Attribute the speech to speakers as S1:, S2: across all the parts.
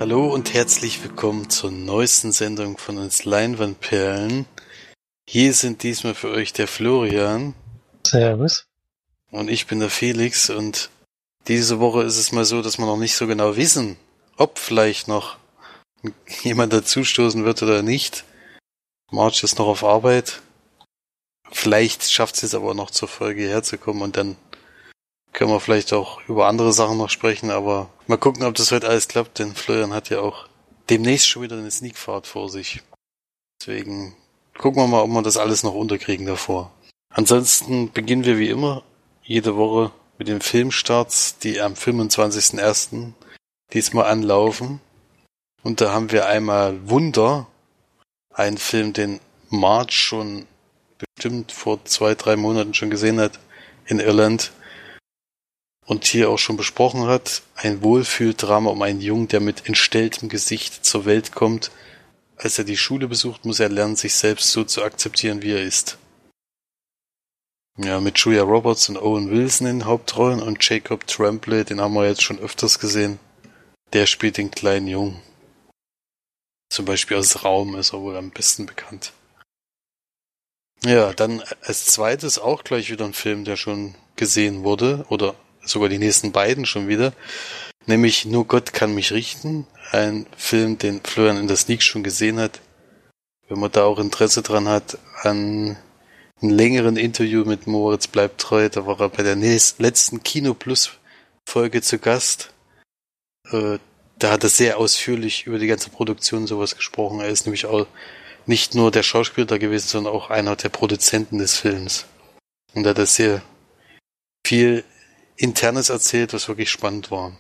S1: Hallo und herzlich willkommen zur neuesten Sendung von uns Leinwandperlen. Hier sind diesmal für euch der Florian.
S2: Servus.
S1: Und ich bin der Felix, und diese Woche ist es mal so, dass wir noch nicht so genau wissen, ob vielleicht noch jemand dazustoßen wird oder nicht. Marge ist noch auf Arbeit. Vielleicht schafft sie es aber noch zur Folge herzukommen, und dann können wir vielleicht auch über andere Sachen noch sprechen, aber mal gucken, ob das heute alles klappt, denn Florian hat ja auch demnächst schon wieder eine Sneakfahrt vor sich. Deswegen gucken wir mal, ob wir das alles noch unterkriegen davor. Ansonsten beginnen wir wie immer jede Woche mit den Filmstarts, die am 25.01. diesmal anlaufen. Und da haben wir einmal Wunder, einen Film, den Marge schon bestimmt vor 2-3 Monaten schon gesehen hat in Irland und hier auch schon besprochen hat. Ein Wohlfühldrama um einen Jungen, der mit entstelltem Gesicht zur Welt kommt. Als er die Schule besucht, muss er lernen, sich selbst so zu akzeptieren, wie er ist. Ja, mit Julia Roberts und Owen Wilson in den Hauptrollen und Jacob Tremblay, den haben wir jetzt schon öfters gesehen. Der spielt den kleinen Jungen. Zum Beispiel aus Raum ist er wohl am besten bekannt. Ja, dann als zweites auch gleich wieder ein Film, der schon gesehen wurde, oder sogar die nächsten beiden schon wieder, nämlich Nur Gott kann mich richten, ein Film, den Florian in der Sneak schon gesehen hat. Wenn man da auch Interesse dran hat an einem längeren Interview mit Moritz bleibt treu, da war er bei der letzten Kino Plus Folge zu Gast. Da hat er sehr ausführlich über die ganze Produktion sowas gesprochen. Er ist nämlich auch nicht nur der Schauspieler gewesen, sondern auch einer der Produzenten des Films. Und er hat sehr viel Internes erzählt, was wirklich spannend war.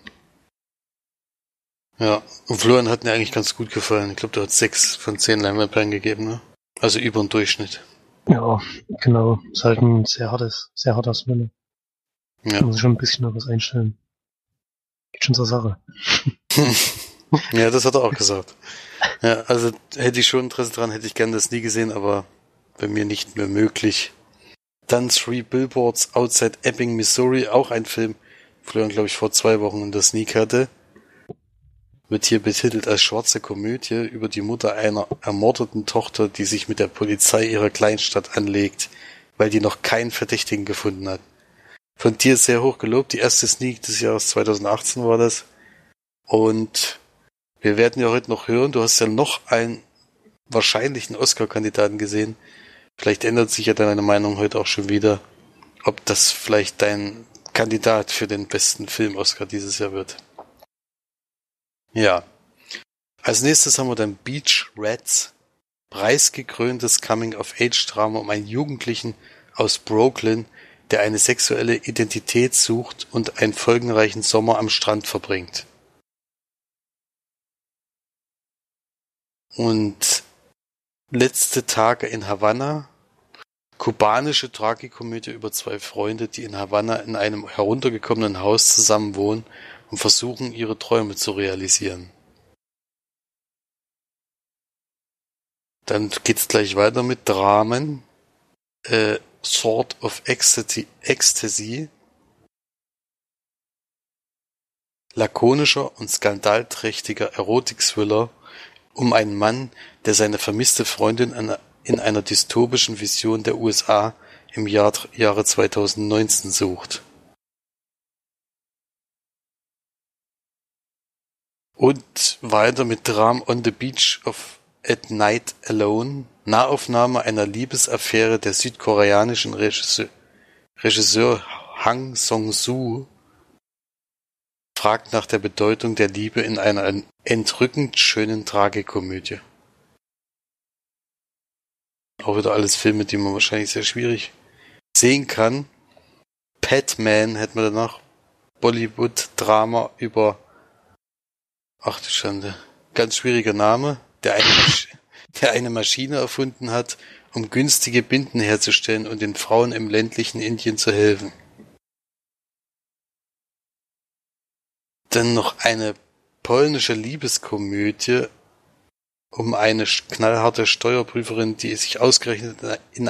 S1: Ja, und Florian hat mir eigentlich ganz gut gefallen. Ich glaube, der hat 6 von 10 Leinwandperlen gegeben, ne? Also über den Durchschnitt.
S2: Ja, genau. Ist halt ein sehr harter Thriller.
S1: Ja.
S2: Muss ich schon ein bisschen noch was einstellen. Geht schon zur Sache.
S1: Ja, das hat er auch gesagt. Ja, also hätte ich schon Interesse dran, hätte ich gerne das nie gesehen, aber bei mir nicht mehr möglich. Dann 3 Billboards Outside Ebbing, Missouri, auch ein Film, Florian, glaube ich, vor 2 Wochen in der Sneak hatte. Wird hier betitelt als schwarze Komödie über die Mutter einer ermordeten Tochter, die sich mit der Polizei ihrer Kleinstadt anlegt, weil die noch keinen Verdächtigen gefunden hat. Von dir sehr hoch gelobt, die erste Sneak des Jahres 2018 war das. Und wir werden ja heute noch hören, du hast ja noch einen wahrscheinlichen Oscar-Kandidaten gesehen. Vielleicht ändert sich ja deine Meinung heute auch schon wieder, ob das vielleicht dein Kandidat für den besten Film-Oscar dieses Jahr wird. Ja. Als nächstes haben wir dann Beach Rats, preisgekröntes Coming-of-Age-Drama um einen Jugendlichen aus Brooklyn, der eine sexuelle Identität sucht und einen folgenreichen Sommer am Strand verbringt. Und Letzte Tage in Havanna, kubanische Tragikomödie über 2 Freunde, die in Havanna in einem heruntergekommenen Haus zusammenwohnen und versuchen, ihre Träume zu realisieren. Dann geht's gleich weiter mit Dramen. Sword of Ecstasy. Lakonischer und skandalträchtiger Erotik-Thriller um einen Mann, der seine vermisste Freundin in einer dystopischen Vision der USA im Jahre 2019 sucht. Und weiter mit Dram on the Beach at Night Alone, Nahaufnahme einer Liebesaffäre der südkoreanischen Regisseur Hang Song-soo fragt nach der Bedeutung der Liebe in einer entrückend schönen Tragikomödie. Auch wieder alles Filme, die man wahrscheinlich sehr schwierig sehen kann. Padman hätten wir danach. Bollywood-Drama über... Ach du Schande. Ganz schwieriger Name. Der eine Maschine erfunden hat, um günstige Binden herzustellen und den Frauen im ländlichen Indien zu helfen. Dann noch eine polnische Liebeskomödie um eine knallharte Steuerprüferin, die sich ausgerechnet in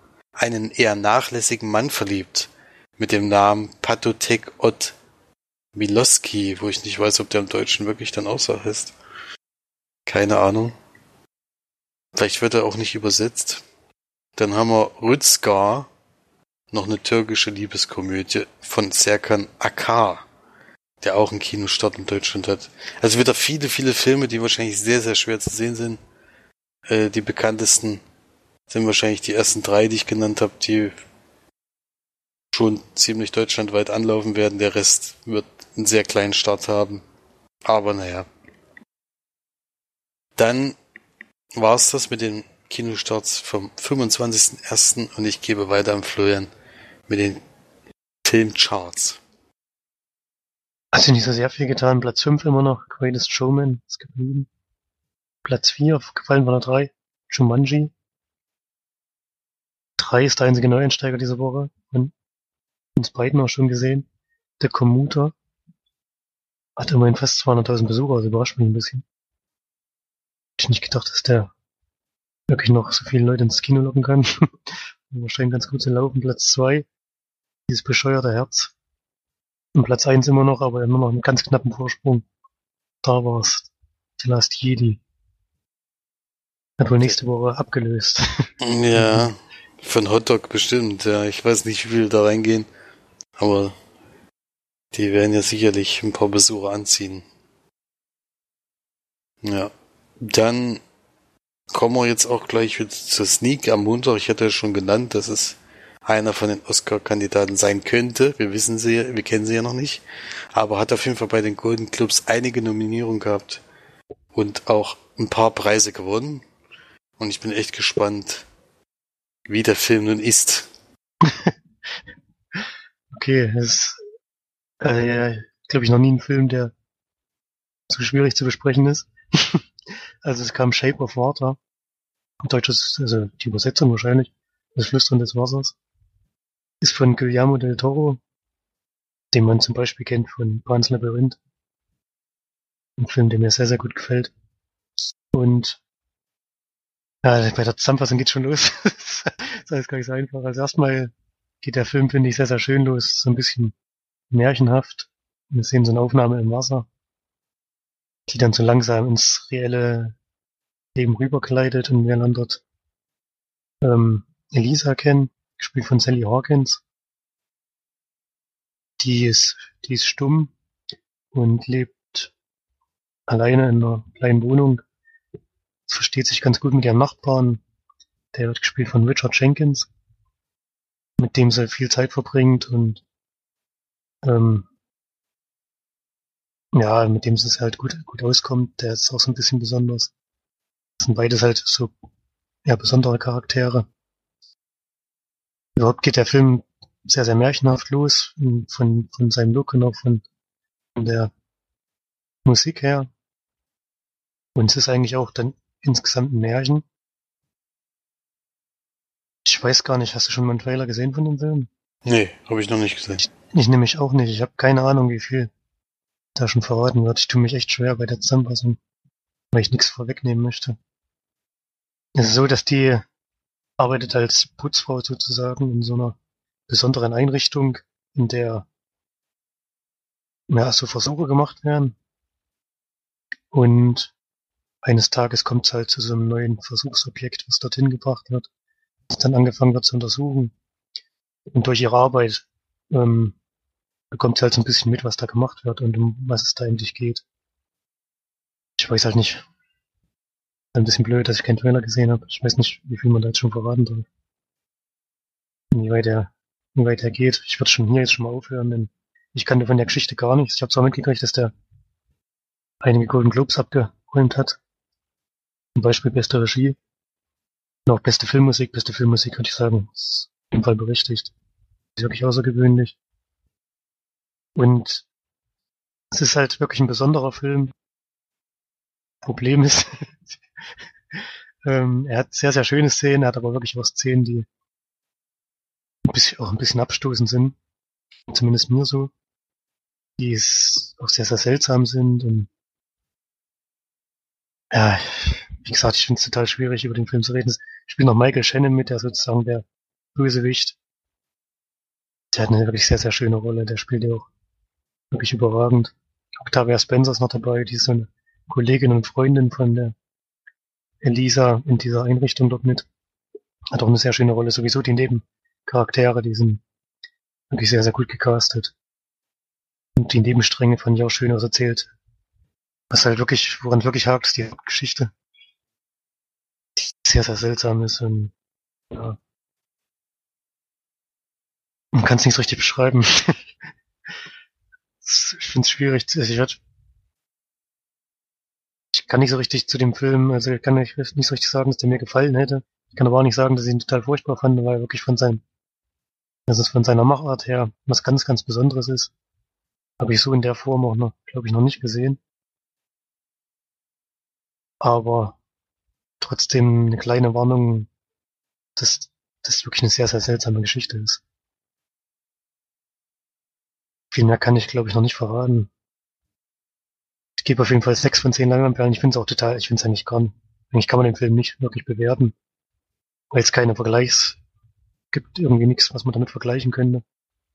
S1: einen eher nachlässigen Mann verliebt, mit dem Namen Patotek Ott. Miloski, wo ich nicht weiß, ob der im Deutschen wirklich dann auch so heißt. Keine Ahnung. Vielleicht wird er auch nicht übersetzt. Dann haben wir Rüzgar, noch eine türkische Liebeskomödie von Serkan Akar, der auch einen Kinostart in Deutschland hat. Also wieder viele, viele Filme, die wahrscheinlich sehr, sehr schwer zu sehen sind. Die bekanntesten sind wahrscheinlich die ersten 3, die ich genannt habe, die schon ziemlich deutschlandweit anlaufen werden. Der Rest wird einen sehr kleinen Start haben. Aber naja. Dann war es das mit den Kinostarts vom 25.01. und ich gebe weiter an Florian mit den Filmcharts.
S2: Hat sich nicht so sehr viel getan. Platz 5 immer noch. Greatest Showman ist geblieben. Platz 4, gefallen war noch 3. Jumanji. 3 ist der einzige Neueinsteiger diese Woche. Und uns beiden auch schon gesehen. Der Commuter. Hat immerhin fast 200.000 Besucher, also überrascht mich ein bisschen. Hätte ich nicht gedacht, dass der wirklich noch so viele Leute ins Kino locken kann. Wahrscheinlich ganz gut zu laufen. Platz 2. Dieses bescheuerte Herz. Und Platz 1 immer noch, aber immer noch einen ganz knappen Vorsprung. Da war's. The Last Jedi. Hat wohl nächste Woche abgelöst.
S1: Ja, von Hotdog bestimmt. Ja, ich weiß nicht, wie viel da reingehen, aber die werden ja sicherlich ein paar Besucher anziehen. Ja, dann kommen wir jetzt auch gleich wieder zur Sneak am Montag. Ich hatte ja schon genannt, dass es einer von den Oscar-Kandidaten sein könnte. Wir kennen sie ja noch nicht. Aber hat auf jeden Fall bei den Golden Globes einige Nominierungen gehabt und auch ein paar Preise gewonnen. Und ich bin echt gespannt, wie der Film nun ist.
S2: Okay, das ist, glaube ich, noch nie ein Film, der so schwierig zu besprechen ist. Also es kam Shape of Water. Deutsches, also die Übersetzung wahrscheinlich. Das Flüstern des Wassers. Ist von Guillermo del Toro, den man zum Beispiel kennt von Pan's Labyrinth. Ein Film, der mir sehr, sehr gut gefällt. Und bei der Zusammenfassung geht's schon los. Das heißt gar nicht so einfach. Also erstmal geht der Film, finde ich, sehr, sehr schön los. So ein bisschen märchenhaft. Wir sehen so eine Aufnahme im Wasser, die dann so langsam ins reelle Leben rübergleitet und wir lernen dort Elisa kennen, gespielt von Sally Hawkins. Die ist stumm und lebt alleine in einer kleinen Wohnung. Versteht sich ganz gut mit ihrem Nachbarn, der wird gespielt von Richard Jenkins, mit dem sie viel Zeit verbringt und mit dem sie halt gut auskommt. Der ist auch so ein bisschen besonders. Das sind beides halt so besondere Charaktere. Überhaupt geht der Film sehr, sehr märchenhaft los, von seinem Look und auch von der Musik her. Und es ist eigentlich auch dann insgesamt ein Märchen. Ich weiß gar nicht, hast du schon mal einen Trailer gesehen von dem Film?
S1: Nee, habe ich noch nicht gesehen.
S2: Ich nämlich auch nicht. Ich habe keine Ahnung, wie viel da schon verraten wird. Ich tue mich echt schwer bei der Zusammenfassung, weil ich nichts vorwegnehmen möchte. Es ist so, dass die arbeitet als Putzfrau sozusagen in so einer besonderen Einrichtung, in der so Versuche gemacht werden. Und eines Tages kommt es halt zu so einem neuen Versuchsobjekt, was dorthin gebracht wird, das dann angefangen wird zu untersuchen. Und durch ihre Arbeit bekommt sie halt so ein bisschen mit, was da gemacht wird und um was es da endlich geht. Ich weiß halt nicht. Ein bisschen blöd, dass ich keinen Trailer gesehen habe. Ich weiß nicht, wie viel man da jetzt schon verraten darf. Wie weit er geht. Ich würde schon hier jetzt schon mal aufhören, denn ich kannte von der Geschichte gar nichts. Ich habe zwar mitgekriegt, dass der einige Golden Globes abgeräumt hat. Zum Beispiel beste Regie. Und auch beste Filmmusik. Beste Filmmusik, würde ich sagen, ist auf jeden Fall berechtigt. Ist wirklich außergewöhnlich. Und es ist halt wirklich ein besonderer Film. Problem ist, er hat sehr, sehr schöne Szenen, er hat aber wirklich auch Szenen, die ein bisschen abstoßend sind. Zumindest mir so. Die auch sehr, sehr seltsam sind und ja, wie gesagt, ich finde es total schwierig, über den Film zu reden. Es spielt noch Michael Shannon mit, der sozusagen der Bösewicht. Der hat eine wirklich sehr, sehr schöne Rolle. Der spielt ja auch wirklich überragend. Octavia Spencer ist noch dabei, die ist so eine Kollegin und Freundin von der Elisa in dieser Einrichtung dort mit. Hat auch eine sehr schöne Rolle. Sowieso die Nebencharaktere, die sind wirklich sehr, sehr gut gecastet. Und die Nebenstränge fand ich auch schön auserzählt. Was halt wirklich, woran wirklich hakt, ist die Geschichte. Die sehr, sehr seltsam ist und ja. Man kann es nicht so richtig beschreiben. Ich finde es schwierig. Ich kann nicht so richtig zu dem Film, also ich kann nicht so richtig sagen, dass der mir gefallen hätte. Ich kann aber auch nicht sagen, dass ich ihn total furchtbar fand, weil er wirklich dass es von seiner Machart her was ganz, ganz Besonderes ist. Habe ich so in der Form auch noch, glaube ich, noch nicht gesehen. Aber trotzdem eine kleine Warnung, dass das wirklich eine sehr, sehr seltsame Geschichte ist. Viel mehr kann ich, glaube ich, noch nicht verraten. Ich gebe auf jeden Fall 6 von 10 Leinwandperlen. Ich finde es eigentlich eigentlich kann man den Film nicht wirklich bewerten, weil es keine gibt irgendwie nichts, was man damit vergleichen könnte.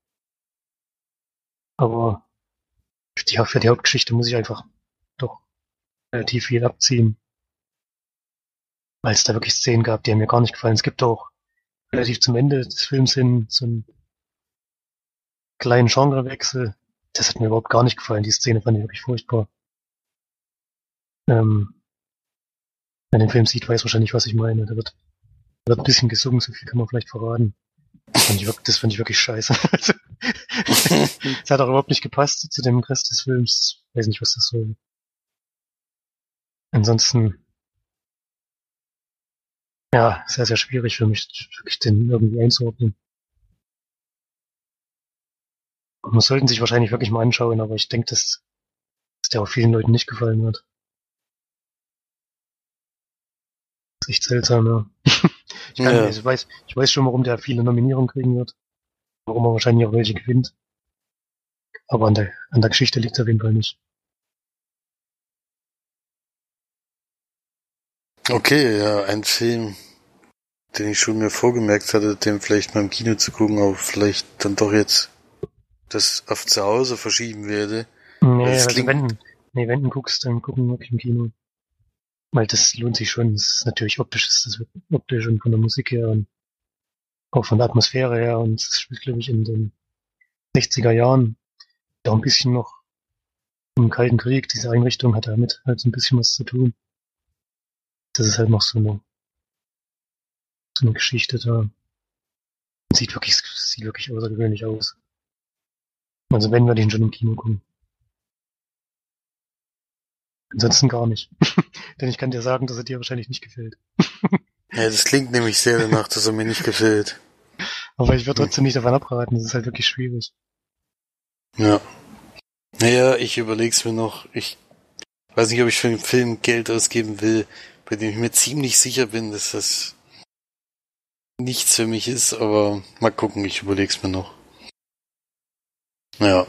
S2: Aber für die Hauptgeschichte muss ich einfach doch relativ viel abziehen. Weil es da wirklich Szenen gab, die haben mir gar nicht gefallen. Es gibt auch relativ zum Ende des Films hin so einen kleinen Genrewechsel. Das hat mir überhaupt gar nicht gefallen. Die Szene fand ich wirklich furchtbar. Wer den Film sieht, weiß wahrscheinlich, was ich meine. Da wird ein bisschen gesungen, so viel kann man vielleicht verraten. Das fand ich wirklich scheiße. Das hat auch überhaupt nicht gepasst zu dem Rest des Films. Ich weiß nicht, was das soll. Ansonsten, ja, sehr, sehr schwierig für mich, wirklich den irgendwie einzuordnen. Man sollten sich wahrscheinlich wirklich mal anschauen, aber ich denke, dass der auch vielen Leuten nicht gefallen wird. Das ist echt seltsam, ja. Ich weiß schon, warum der viele Nominierungen kriegen wird. Warum er wahrscheinlich auch welche gewinnt. Aber an der Geschichte liegt es auf jeden Fall nicht.
S1: Okay, ja, ein Film, den ich schon mir vorgemerkt hatte, den vielleicht mal im Kino zu gucken, aber vielleicht dann doch jetzt das auf zu Hause verschieben werde.
S2: Nee, also wenn du guckst, dann gucken wirklich im Kino. Weil das lohnt sich schon. Das ist natürlich optisch und von der Musik her und auch von der Atmosphäre her. Und es spielt, glaube ich, in den 60er Jahren. Da ein bisschen noch im Kalten Krieg. Diese Einrichtung hat damit halt so ein bisschen was zu tun. Das ist halt noch so eine Geschichte da. Sieht wirklich außergewöhnlich aus. Also wenn, würde ich ihn schon im Kino gucken. Ansonsten gar nicht. Denn ich kann dir sagen, dass er dir wahrscheinlich nicht gefällt.
S1: Ja, das klingt nämlich sehr danach, dass er mir nicht gefällt.
S2: Aber ich würde trotzdem nicht davon abraten. Das ist halt wirklich schwierig.
S1: Ja. Naja, ich überleg's mir noch. Ich weiß nicht, ob ich für den Film Geld ausgeben will, bei dem ich mir ziemlich sicher bin, dass das nichts für mich ist, aber mal gucken, ich überleg's mir noch. Ja.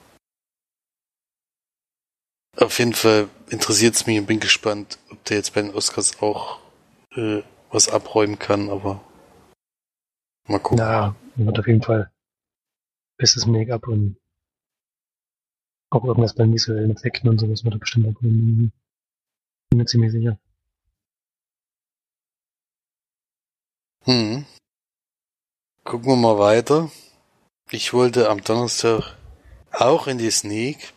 S1: Auf jeden Fall interessiert's mich und bin gespannt, ob der jetzt bei den Oscars auch was abräumen kann, aber mal gucken.
S2: Na, er wird auf jeden Fall bestes Make-up und auch irgendwas beim visuellen Effekten und sowas wird er bestimmt abräumen. Bin mir ziemlich sicher.
S1: Gucken wir mal weiter. Ich wollte am Donnerstag auch in die Sneak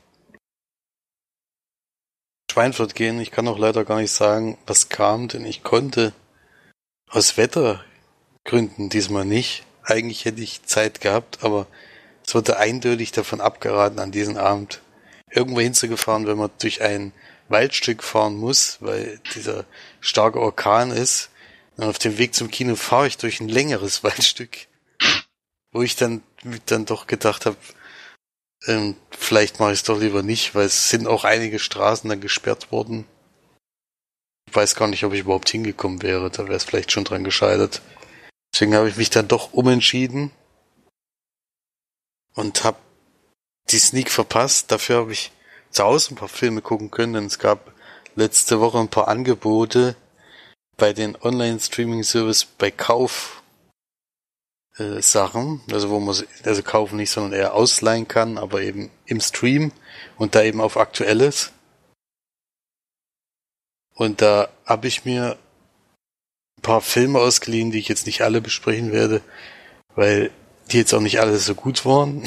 S1: Schweinfurt gehen. Ich kann auch leider gar nicht sagen, was kam, denn ich konnte aus Wettergründen diesmal nicht. Eigentlich hätte ich Zeit gehabt, aber es wurde eindeutig davon abgeraten, an diesem Abend irgendwo hinzugefahren, wenn man durch ein Waldstück fahren muss, weil dieser starke Orkan ist. Und auf dem Weg zum Kino fahre ich durch ein längeres Waldstück, wo ich dann doch gedacht habe, vielleicht mache ich es doch lieber nicht, weil es sind auch einige Straßen dann gesperrt worden. Ich weiß gar nicht, ob ich überhaupt hingekommen wäre, da wäre es vielleicht schon dran gescheitert. Deswegen habe ich mich dann doch umentschieden und habe die Sneak verpasst. Dafür habe ich zu Hause ein paar Filme gucken können, denn es gab letzte Woche ein paar Angebote bei den Online-Streaming-Service bei Kauf. Sachen, also wo man also kaufen nicht, sondern eher ausleihen kann, aber eben im Stream und da eben auf Aktuelles. Und da habe ich mir ein paar Filme ausgeliehen, die ich jetzt nicht alle besprechen werde, weil die jetzt auch nicht alle so gut waren.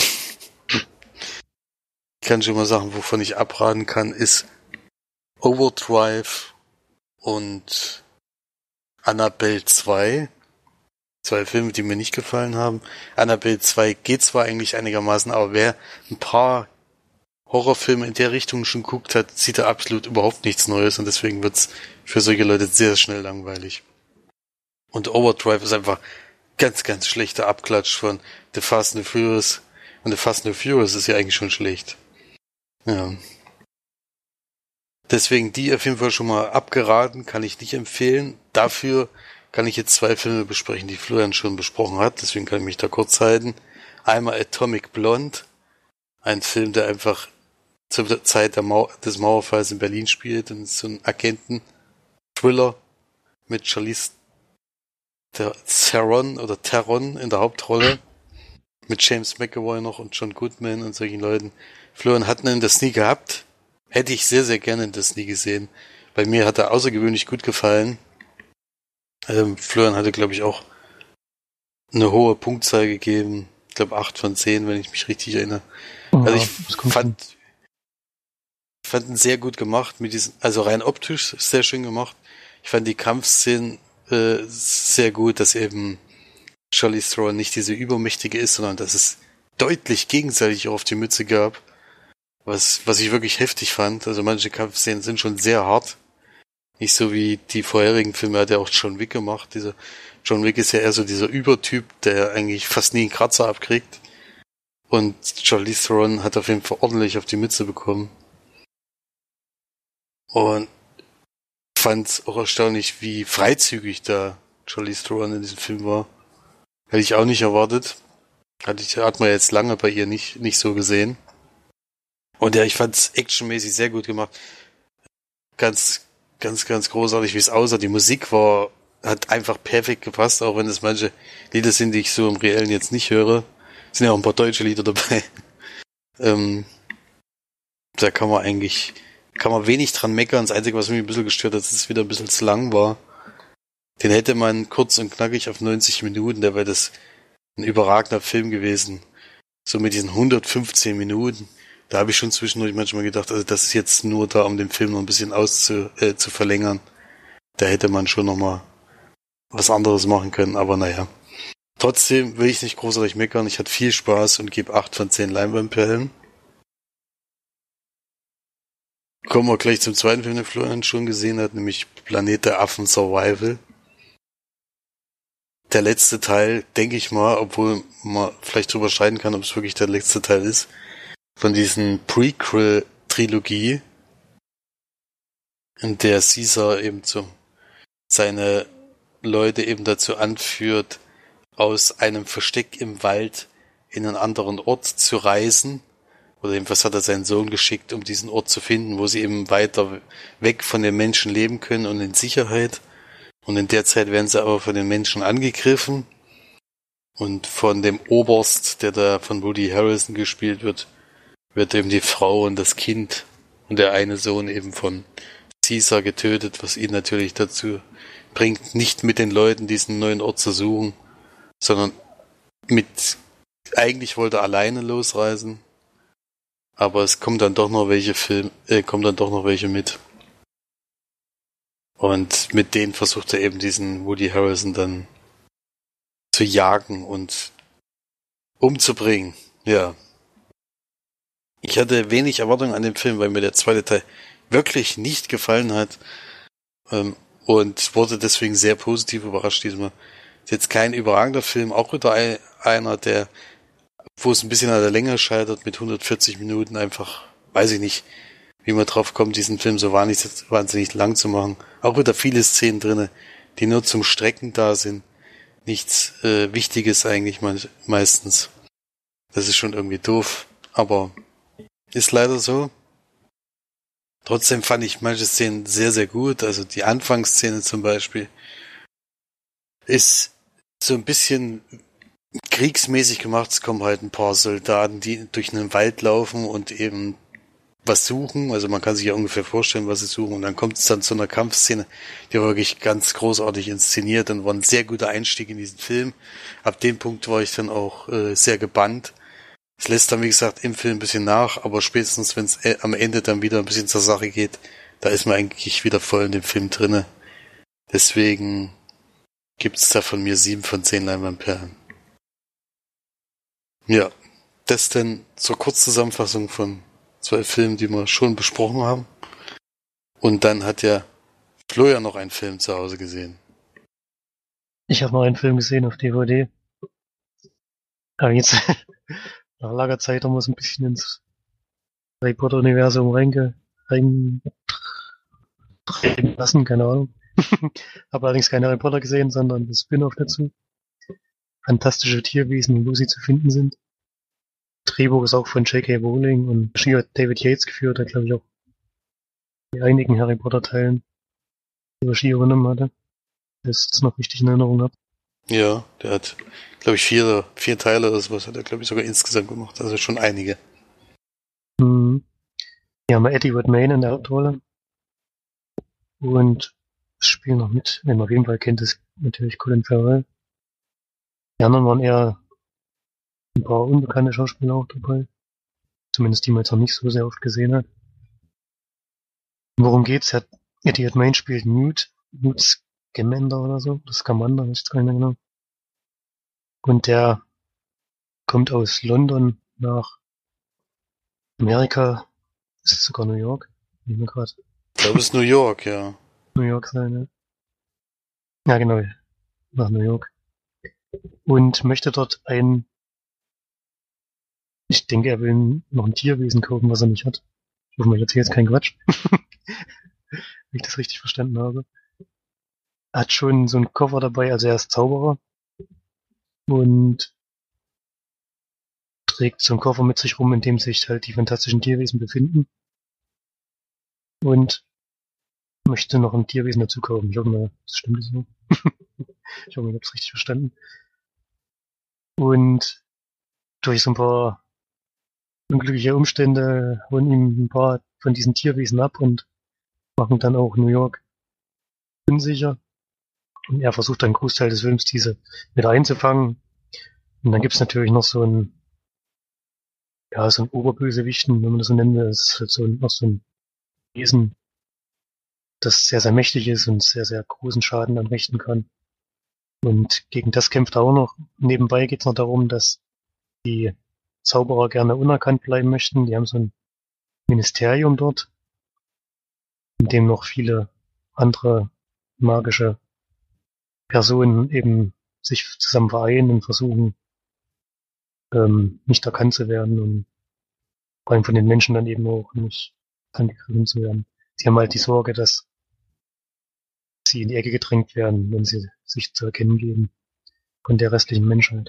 S1: Ich kann schon mal sagen, wovon ich abraten kann, ist Overdrive und Annabelle 2. Zwei Filme, die mir nicht gefallen haben. Annabelle 2 geht zwar eigentlich einigermaßen, aber wer ein paar Horrorfilme in der Richtung schon guckt hat, sieht da absolut überhaupt nichts Neues und deswegen wird's für solche Leute sehr schnell langweilig. Und Overdrive ist einfach ganz, ganz schlechter Abklatsch von The Fast and the Furious. Und The Fast and the Furious ist ja eigentlich schon schlecht. Ja. Deswegen die auf jeden Fall schon mal abgeraten, kann ich nicht empfehlen. Dafür kann ich jetzt zwei Filme besprechen, die Florian schon besprochen hat, deswegen kann ich mich da kurz halten. Einmal Atomic Blonde, ein Film, der einfach zur Zeit des Mauerfalls in Berlin spielt und so ein Agenten-Thriller mit Charlize Theron in der Hauptrolle, mit James McAvoy noch und John Goodman und solchen Leuten. Florian hat ihn das nie gehabt, hätte ich sehr, sehr gerne das nie gesehen. Bei mir hat er außergewöhnlich gut gefallen. Florian hatte, glaube ich, auch eine hohe Punktzahl gegeben. Ich glaube 8 von 10, wenn ich mich richtig erinnere. Ja, also ich fand ihn sehr gut gemacht, mit diesen, also rein optisch sehr schön gemacht. Ich fand die Kampfszenen sehr gut, dass eben Charlize Theron nicht diese Übermächtige ist, sondern dass es deutlich gegenseitig auf die Mütze gab. Was ich wirklich heftig fand. Also manche Kampfszenen sind schon sehr hart. Nicht so wie die vorherigen Filme, hat ja auch John Wick gemacht. Dieser John Wick ist ja eher so dieser Übertyp, der eigentlich fast nie einen Kratzer abkriegt. Und Charlize Theron hat auf jeden Fall ordentlich auf die Mütze bekommen. Und fand auch erstaunlich, wie freizügig da Charlize Theron in diesem Film war. Hätte ich auch nicht erwartet. Hat man jetzt lange bei ihr nicht so gesehen. Und ja, ich fand's actionmäßig sehr gut gemacht. Ganz, ganz, ganz großartig, wie es aussah. Die Musik hat einfach perfekt gepasst, auch wenn es manche Lieder sind, die ich so im Reellen jetzt nicht höre. Es sind ja auch ein paar deutsche Lieder dabei. Da kann man wenig dran meckern. Das Einzige, was mich ein bisschen gestört hat, ist, dass es wieder ein bisschen zu lang war. Den hätte man kurz und knackig auf 90 Minuten, da wäre das ein überragender Film gewesen. So mit diesen 115 Minuten. Da habe ich schon zwischendurch manchmal gedacht, also das ist jetzt nur da, um den Film noch ein bisschen zu verlängern. Da hätte man schon noch mal was anderes machen können, aber naja. Trotzdem will ich nicht großartig meckern. Ich hatte viel Spaß und gebe 8 von 10 Leinwandperlen. Kommen wir gleich zum zweiten Film, den Florian schon gesehen hat, nämlich Planet der Affen Survival. Der letzte Teil, denke ich mal, obwohl man vielleicht drüber streiten kann, ob es wirklich der letzte Teil ist, von diesen Prequel-Trilogie, in der Caesar eben seine Leute eben dazu anführt, aus einem Versteck im Wald in einen anderen Ort zu reisen. Oder jedenfalls hat er seinen Sohn geschickt, um diesen Ort zu finden, wo sie eben weiter weg von den Menschen leben können und in Sicherheit. Und in der Zeit werden sie aber von den Menschen angegriffen. Und von dem Oberst, der da von Woody Harrelson gespielt wird eben die Frau und das Kind und der eine Sohn eben von Caesar getötet, was ihn natürlich dazu bringt, nicht mit den Leuten diesen neuen Ort zu suchen, sondern eigentlich wollte er alleine losreisen, aber es kommen dann doch noch welche mit. Und mit denen versucht er eben diesen Woody Harrelson dann zu jagen und umzubringen. Ja. Ich hatte wenig Erwartungen an den Film, weil mir der zweite Teil wirklich nicht gefallen hat und wurde deswegen sehr positiv überrascht diesmal. Ist jetzt kein überragender Film, auch wieder einer, wo es ein bisschen an der Länge scheitert, mit 140 Minuten einfach, weiß ich nicht, wie man drauf kommt, diesen Film so wahnsinnig lang zu machen. Auch wieder viele Szenen drinne, die nur zum Strecken da sind. Nichts Wichtiges eigentlich meistens. Das ist schon irgendwie doof, aber ist leider so. Trotzdem fand ich manche Szenen sehr, sehr gut. Also die Anfangsszene zum Beispiel ist so ein bisschen kriegsmäßig gemacht. Es kommen halt ein paar Soldaten, die durch einen Wald laufen und eben was suchen. Also man kann sich ja ungefähr vorstellen, was sie suchen. Und dann kommt es dann zu einer Kampfszene, die war wirklich ganz großartig inszeniert und war ein sehr guter Einstieg in diesen Film. Ab dem Punkt war ich dann auch sehr gebannt. Es lässt dann, wie gesagt, im Film ein bisschen nach, aber spätestens, wenn es am Ende dann wieder ein bisschen zur Sache geht, da ist man eigentlich wieder voll in dem Film drinne. Deswegen gibt's da von mir 7 von 10 Leinwandperlen. Ja, das denn zur Kurzzusammenfassung von 2 Filmen, die wir schon besprochen haben. Und dann hat ja Flo ja noch einen Film zu Hause gesehen.
S2: Ich habe noch einen Film gesehen auf DVD. Aber jetzt, nach langer Zeit haben wir es ein bisschen ins Harry Potter-Universum rein lassen, keine Ahnung. Habe allerdings keine Harry Potter gesehen, sondern das Spin-off dazu. Fantastische Tierwesen, wo sie zu finden sind. Drehbuch ist auch von J.K. Rowling und Regie hat David Yates geführt, der glaube ich auch bei einigen Harry Potter Teilen die Regie übernommen hatte. Das ich jetzt noch richtig in Erinnerung habe.
S1: Ja, der hat, glaube ich, 4 Teile oder sowas hat er, glaube ich, sogar insgesamt gemacht. Also schon einige.
S2: Mhm. Hier haben wir Eddie Redmayne in der Hauptrolle. Und es spielen noch mit, wenn man auf jeden Fall kennt, ist natürlich Colin Farrell. Die anderen waren eher ein paar unbekannte Schauspieler auch dabei. Zumindest die man jetzt noch nicht so sehr oft gesehen hat. Worum geht's? Eddie Redmayne spielt Newt Scamander oder so. Das Scamander, weiß ich jetzt gar nicht mehr genau. Und der kommt aus London nach Amerika. Ist es sogar New York? Nicht mehr gerade.
S1: Ich glaube, es ist New York, ja.
S2: New York sein, ja. Ja, genau. Nach New York. Und möchte dort ich denke, er will noch ein Tierwesen kaufen, was er nicht hat. Ich hoffe, ich erzähle jetzt keinen Quatsch. Wenn ich das richtig verstanden habe. Er hat schon so einen Koffer dabei, also er ist Zauberer. Und trägt so einen Koffer mit sich rum, in dem sich halt die fantastischen Tierwesen befinden. Und möchte noch ein Tierwesen dazu kaufen. Ich hoffe mal, das stimmt so. Ich hoffe, ich habe es richtig verstanden. Und durch so ein paar unglückliche Umstände holen ihm ein paar von diesen Tierwesen ab und machen dann auch New York unsicher. Und er versucht dann einen Großteil des Films diese wieder einzufangen. Und dann gibt's natürlich noch so ein Oberbösewichten, wenn man das so nennen will. Das ist halt noch so ein Wesen, das sehr, sehr mächtig ist und sehr, sehr großen Schaden anrichten kann. Und gegen das kämpft er auch noch. Nebenbei geht's noch darum, dass die Zauberer gerne unerkannt bleiben möchten. Die haben so ein Ministerium dort, in dem noch viele andere magische Personen eben sich zusammen vereinen und versuchen, nicht erkannt zu werden und vor allem von den Menschen dann eben auch nicht angegriffen zu werden. Sie haben halt die Sorge, dass sie in die Ecke gedrängt werden, wenn sie sich zu erkennen geben von der restlichen Menschheit.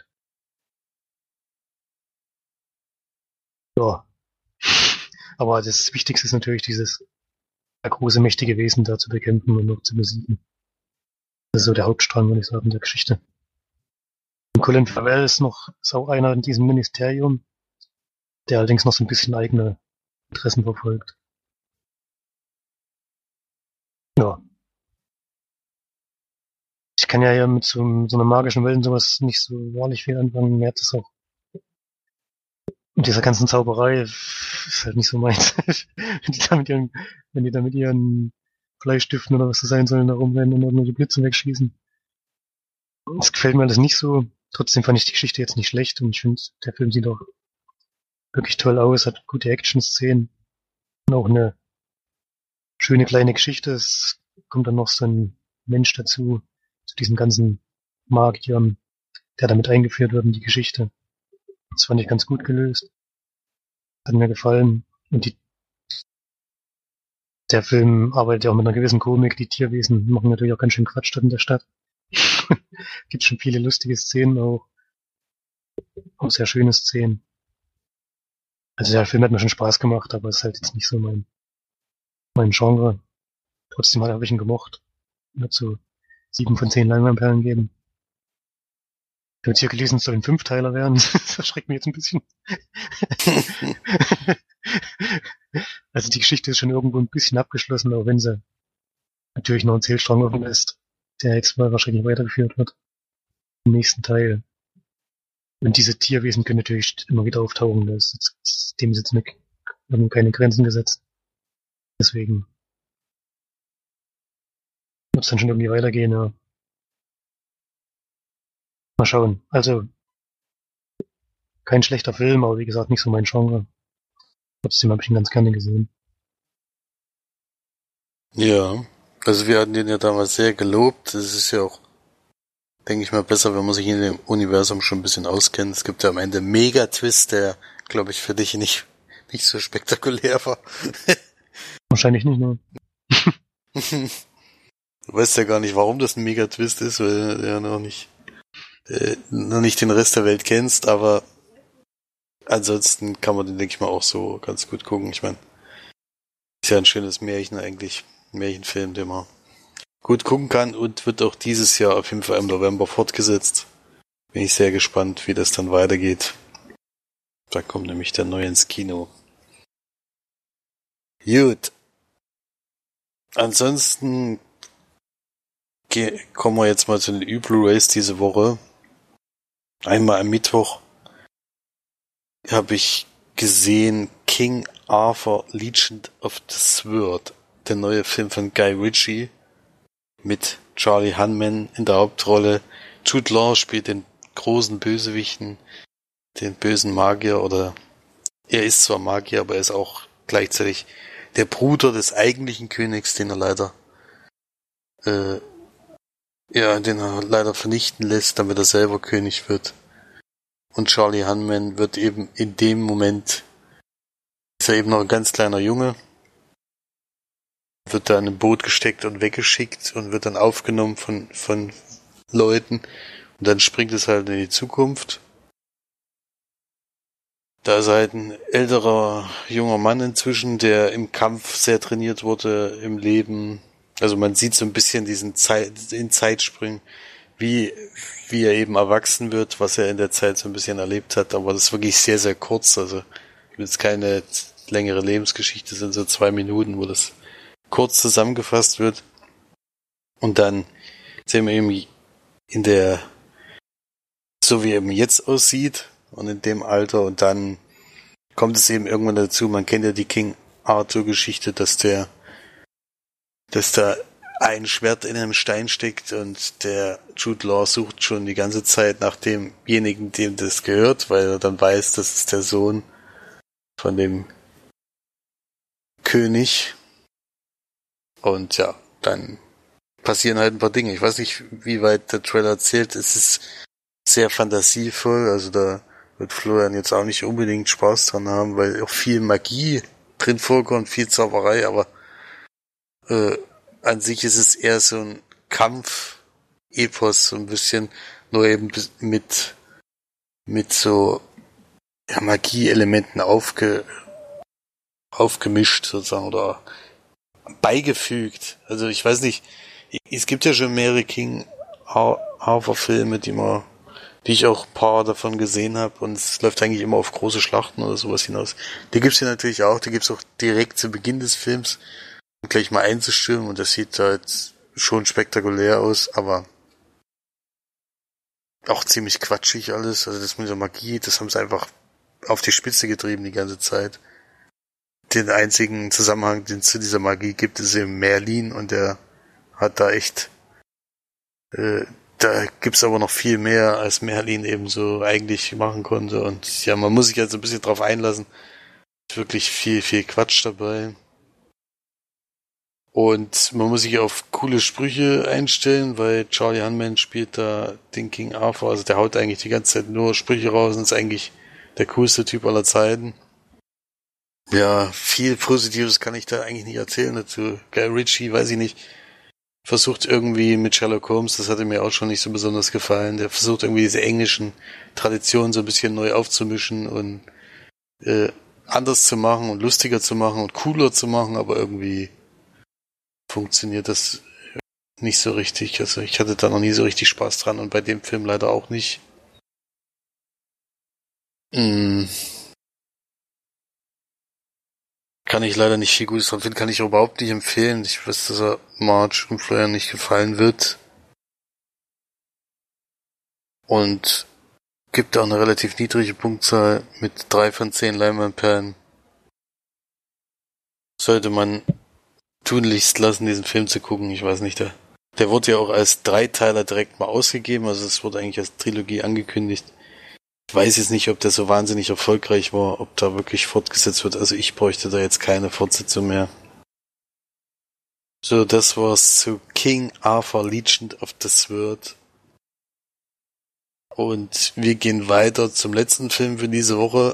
S2: Ja. Aber das Wichtigste ist natürlich dieses große, mächtige Wesen da zu bekämpfen und noch zu besiegen. Das ist so der Hauptstrang, würde ich sagen, der Geschichte. Und Colin Farrell ist auch einer in diesem Ministerium, der allerdings noch so ein bisschen eigene Interessen verfolgt. Ja. Ich kann ja mit so einer magischen Welt und sowas nicht so wahrlich viel anfangen. Mir hat das auch mit dieser ganzen Zauberei ist halt nicht so meins. Wenn die da mit ihren Bleistiften oder was das sein sollen, da rumrennen und irgendwelche Blitze wegschießen. Das gefällt mir alles nicht so. Trotzdem fand ich die Geschichte jetzt nicht schlecht und ich finde, der Film sieht auch wirklich toll aus, hat gute Action-Szenen und auch eine schöne kleine Geschichte. Es kommt dann noch so ein Mensch dazu, zu diesen ganzen Magiern, der damit eingeführt wird in die Geschichte. Das fand ich ganz gut gelöst. Hat mir gefallen. Und der Film arbeitet ja auch mit einer gewissen Komik. Die Tierwesen machen natürlich auch ganz schön Quatsch dort in der Stadt. Gibt schon viele lustige Szenen auch sehr schöne Szenen. Also der Film hat mir schon Spaß gemacht, aber ist halt jetzt nicht so mein Genre. Trotzdem habe ich ihn gemocht. Mir so 7 von 10 Leinwandperlen geben. habe jetzt hier gelesen, es soll ein 5-Teiler werden. Das erschreckt mich jetzt ein bisschen. Also die Geschichte ist schon irgendwo ein bisschen abgeschlossen, auch wenn sie natürlich noch einen Zählstrang offen lässt, der jetzt mal wahrscheinlich weitergeführt wird im nächsten Teil. Und diese Tierwesen können natürlich immer wieder auftauchen. Dem ist jetzt haben keine Grenzen gesetzt. Deswegen wird es dann schon irgendwie weitergehen, ja. Mal schauen. Also, kein schlechter Film, aber wie gesagt, nicht so mein Genre. Trotzdem habe ich ihn ganz gerne gesehen.
S1: Ja, also wir hatten den ja damals sehr gelobt. Es ist ja auch, denke ich mal, besser, wenn man sich in dem Universum schon ein bisschen auskennt. Es gibt ja am Ende einen Mega-Twist, der, glaube ich, für dich nicht so spektakulär war.
S2: Wahrscheinlich nicht, ne?
S1: Du weißt ja gar nicht, warum das ein Mega-Twist ist, weil du ja noch nicht den Rest der Welt kennst, aber ansonsten kann man den, denke ich mal, auch so ganz gut gucken. Ich meine, ist ja ein schönes Märchen eigentlich, ein Märchenfilm, den man gut gucken kann und wird auch dieses Jahr auf jeden Fall im November fortgesetzt. Bin ich sehr gespannt, wie das dann weitergeht. Da kommt nämlich der neue ins Kino. Gut. Ansonsten kommen wir jetzt mal zu den Blu-rays diese Woche. Einmal am Mittwoch habe ich gesehen King Arthur Legend of the Sword, der neue Film von Guy Ritchie mit Charlie Hunman in der Hauptrolle. Jude Law spielt den großen Bösewichten, den bösen Magier, oder er ist zwar Magier, aber er ist auch gleichzeitig der Bruder des eigentlichen Königs, den er leider vernichten lässt, damit er selber König wird. Und Charlie Hunman wird eben in dem Moment, ist er eben noch ein ganz kleiner Junge, wird da in ein Boot gesteckt und weggeschickt und wird dann aufgenommen von Leuten. Und dann springt es halt in die Zukunft. Da ist halt ein älterer, junger Mann inzwischen, der im Kampf sehr trainiert wurde, im Leben. Also man sieht so ein bisschen diesen Zeitsprung, wie er eben erwachsen wird, was er in der Zeit so ein bisschen erlebt hat. Aber das ist wirklich sehr, sehr kurz. Also jetzt keine längere Lebensgeschichte, sind so 2 Minuten, wo das kurz zusammengefasst wird. Und dann sehen wir eben so wie er eben jetzt aussieht und in dem Alter, und dann kommt es eben irgendwann dazu, man kennt ja die King Arthur Geschichte, dass da ein Schwert in einem Stein steckt und der Jude Law sucht schon die ganze Zeit nach demjenigen, dem das gehört, weil er dann weiß, das ist der Sohn von dem König. Und ja, dann passieren halt ein paar Dinge. Ich weiß nicht, wie weit der Trailer erzählt. Es ist sehr fantasievoll, also da wird Florian jetzt auch nicht unbedingt Spaß dran haben, weil auch viel Magie drin vorkommt, viel Zauberei, aber an sich ist es eher so ein Kampf-Epos, so ein bisschen, nur eben mit so Magie-Elementen aufgemischt sozusagen oder beigefügt. Also ich weiß nicht, es gibt ja schon mehrere King Arthur Filme, die ich auch ein paar davon gesehen habe, und es läuft eigentlich immer auf große Schlachten oder sowas hinaus. Die gibt's hier natürlich auch, die gibt's auch direkt zu Beginn des Films, um gleich mal einzustimmen, und das sieht halt schon spektakulär aus, aber auch ziemlich quatschig alles. Also das mit der Magie, das haben sie einfach auf die Spitze getrieben die ganze Zeit. Den einzigen Zusammenhang, den es zu dieser Magie gibt, ist eben Merlin, und der hat da echt da gibt's aber noch viel mehr, als Merlin eben so eigentlich machen konnte, und ja, man muss sich halt so ein bisschen drauf einlassen. Ist wirklich viel, viel Quatsch dabei. Und man muss sich auf coole Sprüche einstellen, weil Charlie Hunman spielt da den King Arthur, also der haut eigentlich die ganze Zeit nur Sprüche raus und ist eigentlich der coolste Typ aller Zeiten. Ja, viel Positives kann ich da eigentlich nicht erzählen dazu. Guy Ritchie, weiß ich nicht, versucht irgendwie mit Sherlock Holmes, das hatte mir auch schon nicht so besonders gefallen, der versucht irgendwie diese englischen Traditionen so ein bisschen neu aufzumischen und anders zu machen und lustiger zu machen und cooler zu machen, aber irgendwie funktioniert das nicht so richtig. Also ich hatte da noch nie so richtig Spaß dran, und bei dem Film leider auch nicht. Mm, kann ich leider nicht viel Gutes dran finden, kann ich überhaupt nicht empfehlen. Ich weiß, dass er Marge und Florian nicht gefallen wird. Und gibt auch eine relativ niedrige Punktzahl mit 3 von 10 Leinwandperlen. Sollte man tunlichst lassen, diesen Film zu gucken. Ich weiß nicht, der wurde ja auch als Dreiteiler direkt mal ausgegeben, also es wurde eigentlich als Trilogie angekündigt. Ich weiß jetzt nicht, ob der so wahnsinnig erfolgreich war, ob da wirklich fortgesetzt wird. Also ich bräuchte da jetzt keine Fortsetzung mehr. So, das war's zu King Arthur Legend of the Sword. Und wir gehen weiter zum letzten Film für diese Woche.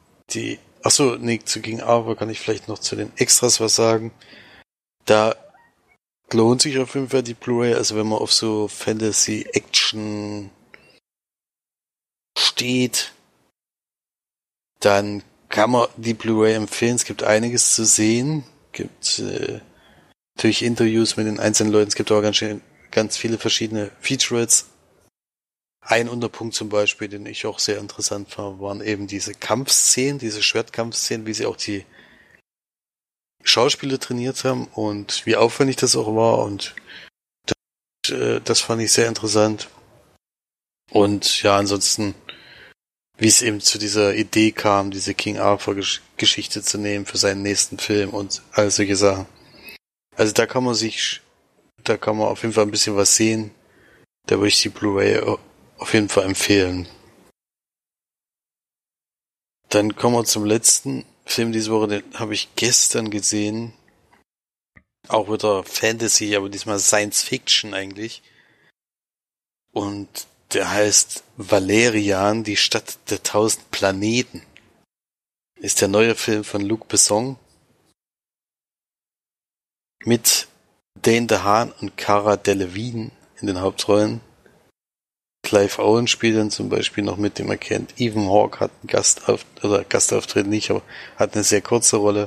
S1: Zu King Arthur kann ich vielleicht noch zu den Extras was sagen. Da lohnt sich auf jeden Fall die Blu-ray, also wenn man auf so Fantasy-Action steht, dann kann man die Blu-ray empfehlen. Es gibt einiges zu sehen. Gibt natürlich Interviews mit den einzelnen Leuten. Es gibt aber ganz viele verschiedene Featurettes. Ein Unterpunkt zum Beispiel, den ich auch sehr interessant fand, waren eben diese Kampfszenen, diese Schwertkampfszenen, wie sie auch die Schauspieler trainiert haben und wie aufwendig das auch war. Und das fand ich sehr interessant. Und ja, ansonsten, wie es eben zu dieser Idee kam, diese King Arthur-Geschichte zu nehmen für seinen nächsten Film und all solche Sachen. Also da kann man auf jeden Fall ein bisschen was sehen. Da würde ich die Blu-ray auf jeden Fall empfehlen. Dann kommen wir zum letzten Film diese Woche, den habe ich gestern gesehen. Auch wieder Fantasy, aber diesmal Science Fiction eigentlich. Und der heißt Valerian, die Stadt der 1000 Planeten. Ist der neue Film von Luc Besson mit Dane DeHaan und Cara Delevingne in den Hauptrollen. Clive Owen spielt dann zum Beispiel noch mit, den man kennt. Ethan Hawke hat einen Gastauftritt nicht, aber hat eine sehr kurze Rolle.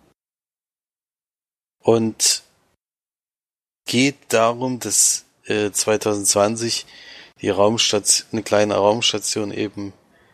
S1: Und geht darum, dass 2020 eine kleine Raumstation eben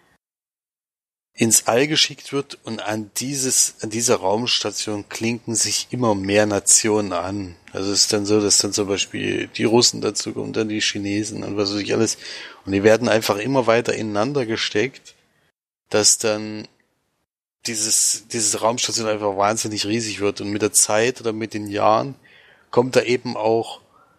S1: ins All geschickt wird und an dieser Raumstation klinken sich immer mehr Nationen an. Also es ist dann so, dass dann zum Beispiel die Russen dazu kommen, dann die Chinesen und was weiß ich alles. Und die werden einfach immer weiter ineinander gesteckt, dass dann dieses Raumstation einfach wahnsinnig riesig wird. Und mit der Zeit oder mit den Jahren kommt da eben auch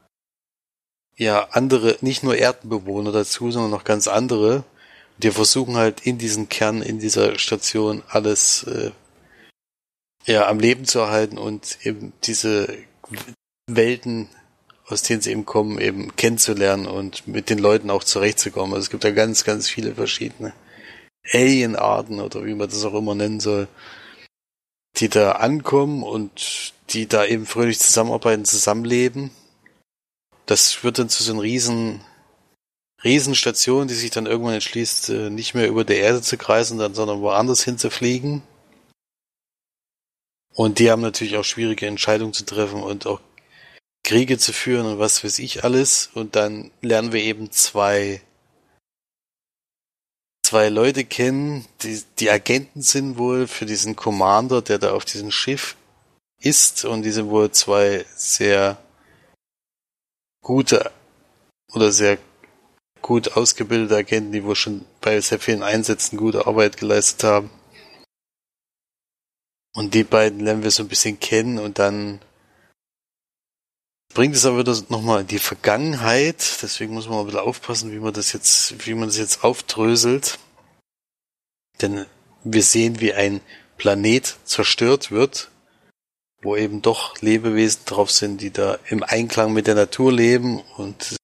S1: andere, nicht nur Erdenbewohner dazu, sondern noch ganz andere. Die versuchen halt in diesen Kern, in dieser Station alles am Leben zu erhalten und eben diese Welten, aus denen sie eben kommen, eben kennenzulernen und mit den Leuten auch zurechtzukommen. Also es gibt da ganz, ganz viele verschiedene Alienarten oder wie man das auch immer nennen soll, die da ankommen und die da eben fröhlich zusammenarbeiten, zusammenleben. Das wird dann zu so einer Riesenstation, die sich dann irgendwann entschließt, nicht mehr über der Erde zu kreisen, sondern woanders hinzufliegen. Und die haben natürlich auch schwierige Entscheidungen zu treffen und auch Kriege zu führen und was weiß ich alles. Und dann lernen wir eben zwei Leute kennen, die Agenten sind wohl für diesen Commander, der da auf diesem Schiff ist. Und die sind wohl zwei sehr gute oder sehr gut ausgebildete Agenten, die wohl schon bei sehr vielen Einsätzen gute Arbeit geleistet haben. Und die beiden lernen wir so ein bisschen kennen und dann bringt es aber wieder nochmal in die Vergangenheit. Deswegen muss man mal ein bisschen aufpassen, wie man das jetzt aufdröselt. Denn wir sehen, wie ein Planet zerstört wird, wo eben doch Lebewesen drauf sind, die da im Einklang mit der Natur leben und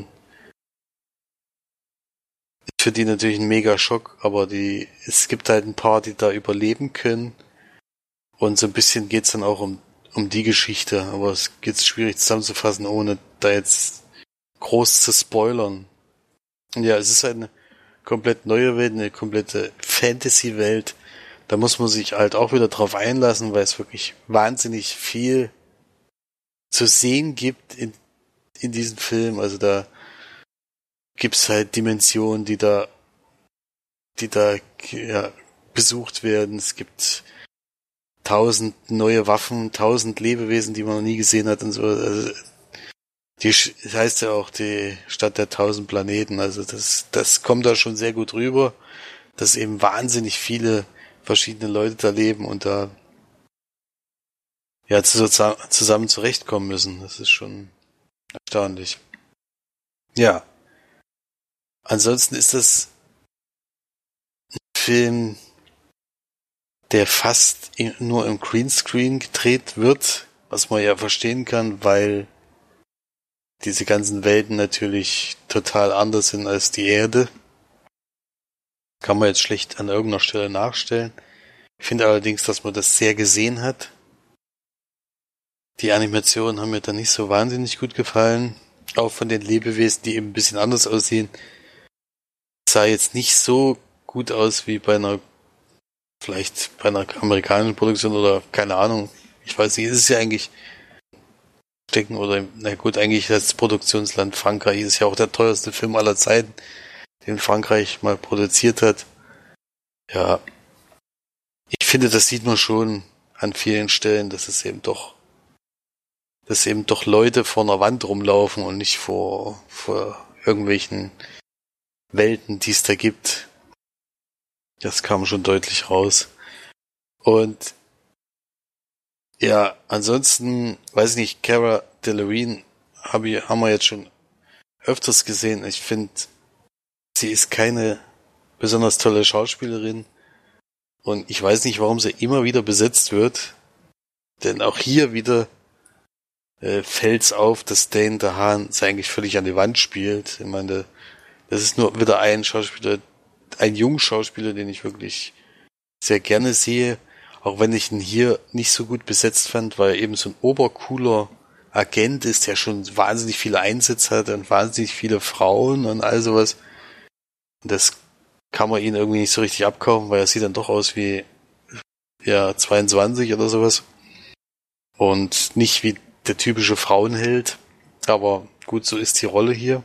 S1: für die natürlich ein mega Schock, aber es gibt halt ein paar, die da überleben können. Und so ein bisschen geht's dann auch um die Geschichte, aber es geht schwierig zusammenzufassen, ohne da jetzt groß zu spoilern. Und ja, es ist eine komplett neue Welt, eine komplette Fantasy-Welt. Da muss man sich halt auch wieder drauf einlassen, weil es wirklich wahnsinnig viel zu sehen gibt in diesem Film. Also da gibt's halt Dimensionen, die da die da besucht werden. Es gibt 1000 neue Waffen, 1000 Lebewesen, die man noch nie gesehen hat und so. Also das heißt ja auch die Stadt der 1000 Planeten. Also das kommt da schon sehr gut rüber, dass eben wahnsinnig viele verschiedene Leute da leben und da zusammen zurechtkommen müssen. Das ist schon erstaunlich. Ja. Ansonsten ist das ein Film, der fast nur im Greenscreen gedreht wird, was man ja verstehen kann, weil diese ganzen Welten natürlich total anders sind als die Erde. Kann man jetzt schlecht an irgendeiner Stelle nachstellen. Ich finde allerdings, dass man das sehr gesehen hat. Die Animationen haben mir dann nicht so wahnsinnig gut gefallen. Auch von den Lebewesen, die eben ein bisschen anders aussehen. Sah jetzt nicht so gut aus wie vielleicht bei einer amerikanischen Produktion oder keine Ahnung. Ich weiß nicht, ist es ja eigentlich stecken oder, na gut, eigentlich das Produktionsland Frankreich ist ja auch der teuerste Film aller Zeiten, den Frankreich mal produziert hat. Ja, ich finde, das sieht man schon an vielen Stellen, dass eben doch Leute vor einer Wand rumlaufen und nicht vor irgendwelchen Welten, die es da gibt. Das kam schon deutlich raus. Und ja, ansonsten, weiß ich nicht, Cara Delevingne haben wir jetzt schon öfters gesehen. Ich finde, sie ist keine besonders tolle Schauspielerin. Und ich weiß nicht, warum sie immer wieder besetzt wird. Denn auch hier wieder fällt's auf, dass Dane DeHaan sie eigentlich völlig an die Wand spielt. Ich meine, das ist nur wieder ein Jungschauspieler, den ich wirklich sehr gerne sehe. Auch wenn ich ihn hier nicht so gut besetzt fand, weil er eben so ein obercooler Agent ist, der schon wahnsinnig viele Einsätze hat und wahnsinnig viele Frauen und all sowas. Und das kann man ihn irgendwie nicht so richtig abkaufen, weil er sieht dann doch aus wie 22 oder sowas. Und nicht wie der typische Frauenheld. Aber gut, so ist die Rolle hier.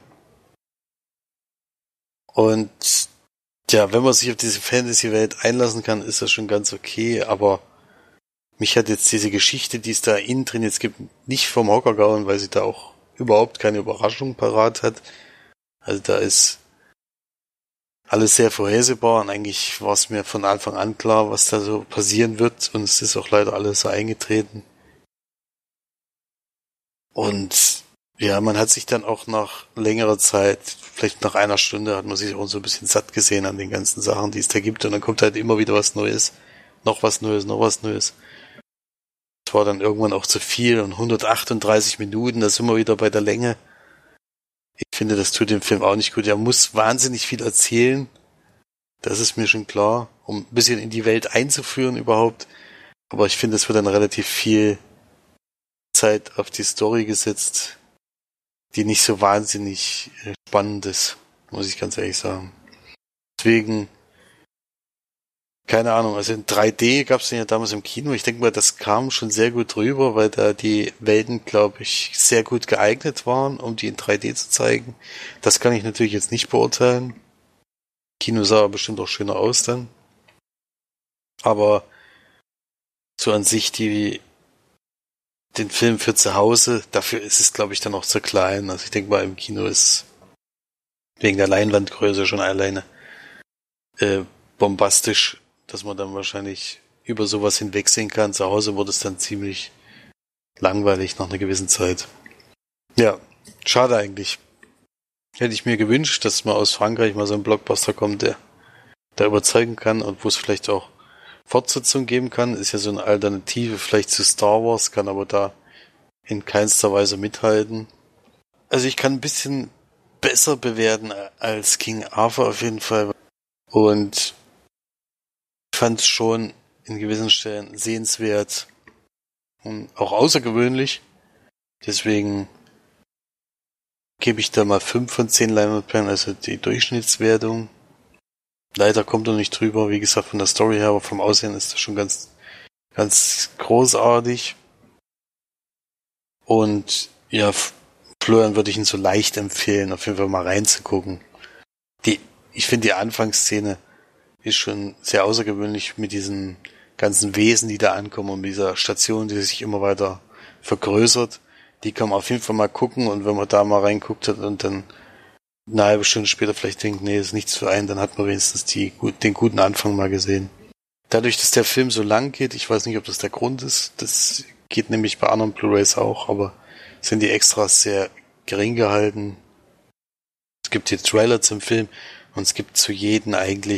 S1: Und ja, wenn man sich auf diese Fantasy-Welt einlassen kann, ist das schon ganz okay, aber mich hat jetzt diese Geschichte, die es da innen drin jetzt gibt, nicht vom Hocker gehauen, weil sie da auch überhaupt keine Überraschung parat hat. Also da ist alles sehr vorhersehbar und eigentlich war es mir von Anfang an klar, was da so passieren wird und es ist auch leider alles so eingetreten. Und ja, man hat sich dann auch nach längerer Zeit, vielleicht nach einer Stunde, hat man sich auch so ein bisschen satt gesehen an den ganzen Sachen, die es da gibt. Und dann kommt halt immer wieder was Neues, noch was Neues, noch was Neues. Das war dann irgendwann auch zu viel und 138 Minuten, da sind wir wieder bei der Länge. Ich finde, das tut dem Film auch nicht gut. Er muss wahnsinnig viel erzählen. Das ist mir schon klar, um ein bisschen in die Welt einzuführen überhaupt. Aber ich finde, es wird dann relativ viel Zeit auf die Story gesetzt, die nicht so wahnsinnig spannend ist, muss ich ganz ehrlich sagen. Deswegen, keine Ahnung, also in 3D gab es den ja damals im Kino. Ich denke mal, das kam schon sehr gut rüber, weil da die Welten, glaube ich, sehr gut geeignet waren, um die in 3D zu zeigen. Das kann ich natürlich jetzt nicht beurteilen. Kino sah aber bestimmt auch schöner aus dann. Aber so an sich den Film für zu Hause, dafür ist es, glaube ich, dann auch zu klein. Also ich denke mal, im Kino ist wegen der Leinwandgröße schon alleine bombastisch, dass man dann wahrscheinlich über sowas hinwegsehen kann. Zu Hause wurde es dann ziemlich langweilig nach einer gewissen Zeit. Ja, schade eigentlich. Hätte ich mir gewünscht, dass mal aus Frankreich mal so ein Blockbuster kommt, der da überzeugen kann und wo es vielleicht auch Fortsetzung geben kann. Ist ja so eine Alternative vielleicht zu Star Wars, kann aber da in keinster Weise mithalten. Also ich kann ein bisschen besser bewerten als King Arthur auf jeden Fall. Und ich fand es schon in gewissen Stellen sehenswert und auch außergewöhnlich. Deswegen gebe ich da mal 5 von 10 Leinwandperlen, also die Durchschnittswertung. Leider kommt er nicht drüber, wie gesagt, von der Story her, aber vom Aussehen ist das schon ganz, ganz großartig. Und ja, Florian würde ich ihn so leicht empfehlen, auf jeden Fall mal reinzugucken. Ich finde die Anfangsszene ist schon sehr außergewöhnlich mit diesen ganzen Wesen, die da ankommen und mit dieser Station, die sich immer weiter vergrößert. Die kann man auf jeden Fall mal gucken und wenn man da mal reinguckt hat und dann eine halbe Stunde später vielleicht denkt, nee, das ist nichts für einen, dann hat man wenigstens den guten Anfang mal gesehen. Dadurch, dass der Film so lang geht, ich weiß nicht, ob das der Grund ist, das geht nämlich bei anderen Blu-rays auch, aber sind die Extras sehr gering gehalten. Es gibt hier Trailer zum Film und es gibt zu jedem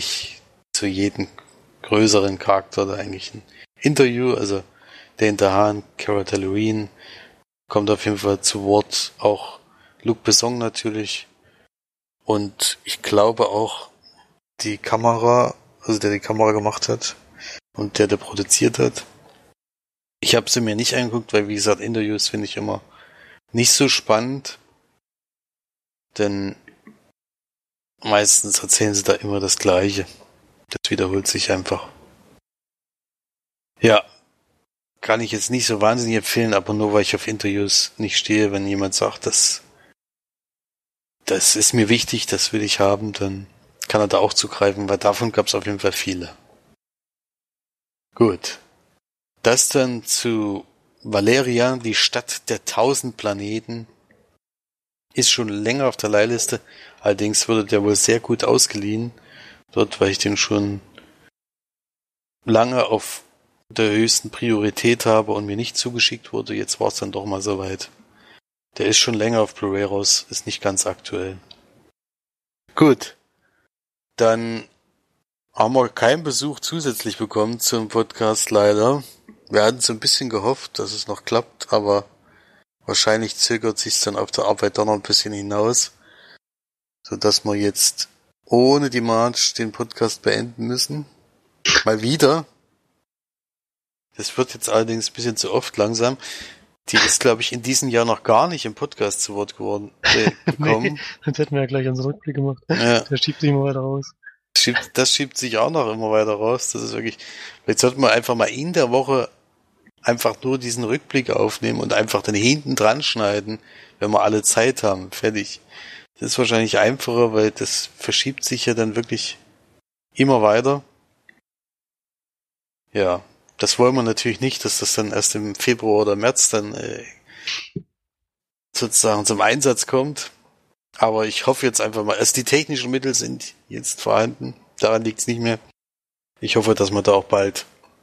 S1: größeren Charakter da eigentlich ein Interview, also Dane DeHaan, Cara Delevingne, kommt auf jeden Fall zu Wort, auch Luc Besson natürlich und ich glaube auch die Kamera, also der die Kamera gemacht hat und der produziert hat. Ich habe sie mir nicht angeguckt, weil wie gesagt, Interviews finde ich immer nicht so spannend, denn meistens erzählen sie da immer das Gleiche. Das wiederholt sich einfach. Ja, kann ich jetzt nicht so wahnsinnig empfehlen, aber nur weil ich auf Interviews nicht stehe, wenn jemand sagt, das ist mir wichtig, das will ich haben, dann kann er da auch zugreifen, weil davon gab es auf jeden Fall viele. Gut. Das dann zu Valeria, die Stadt der 1000 Planeten. Ist schon länger auf der Leihliste, allerdings wurde der wohl sehr gut ausgeliehen. Dort, weil ich den schon lange auf der höchsten Priorität habe und mir nicht zugeschickt wurde. Jetzt war es dann doch mal soweit. Der ist schon länger auf Blu-ray raus, ist nicht ganz aktuell. Gut, dann haben wir keinen Besuch zusätzlich bekommen zum Podcast leider. Wir hatten so ein bisschen gehofft, dass es noch klappt, aber wahrscheinlich zögert sich dann auf der Arbeit doch noch ein bisschen hinaus, sodass wir jetzt ohne die Marge den Podcast beenden müssen. Mal wieder. Das wird jetzt allerdings ein bisschen zu oft langsam. Die ist, glaube ich, in diesem Jahr noch gar nicht im Podcast zu Wort gekommen.
S2: Nee, sonst hätten wir ja gleich unseren Rückblick gemacht.
S1: Ja.
S2: Der schiebt sich immer weiter raus.
S1: Das schiebt sich auch noch immer weiter raus. Das ist wirklich, vielleicht sollten wir einfach mal in der Woche einfach nur diesen Rückblick aufnehmen und einfach dann hinten dran schneiden, wenn wir alle Zeit haben. Fertig. Das ist wahrscheinlich einfacher, weil das verschiebt sich ja dann wirklich immer weiter. Ja, das wollen wir natürlich nicht, dass das dann erst im Februar oder März dann sozusagen zum Einsatz kommt. Aber ich hoffe jetzt einfach mal, die technischen Mittel sind jetzt vorhanden. Daran liegt es nicht mehr. Ich hoffe, dass wir da auch bald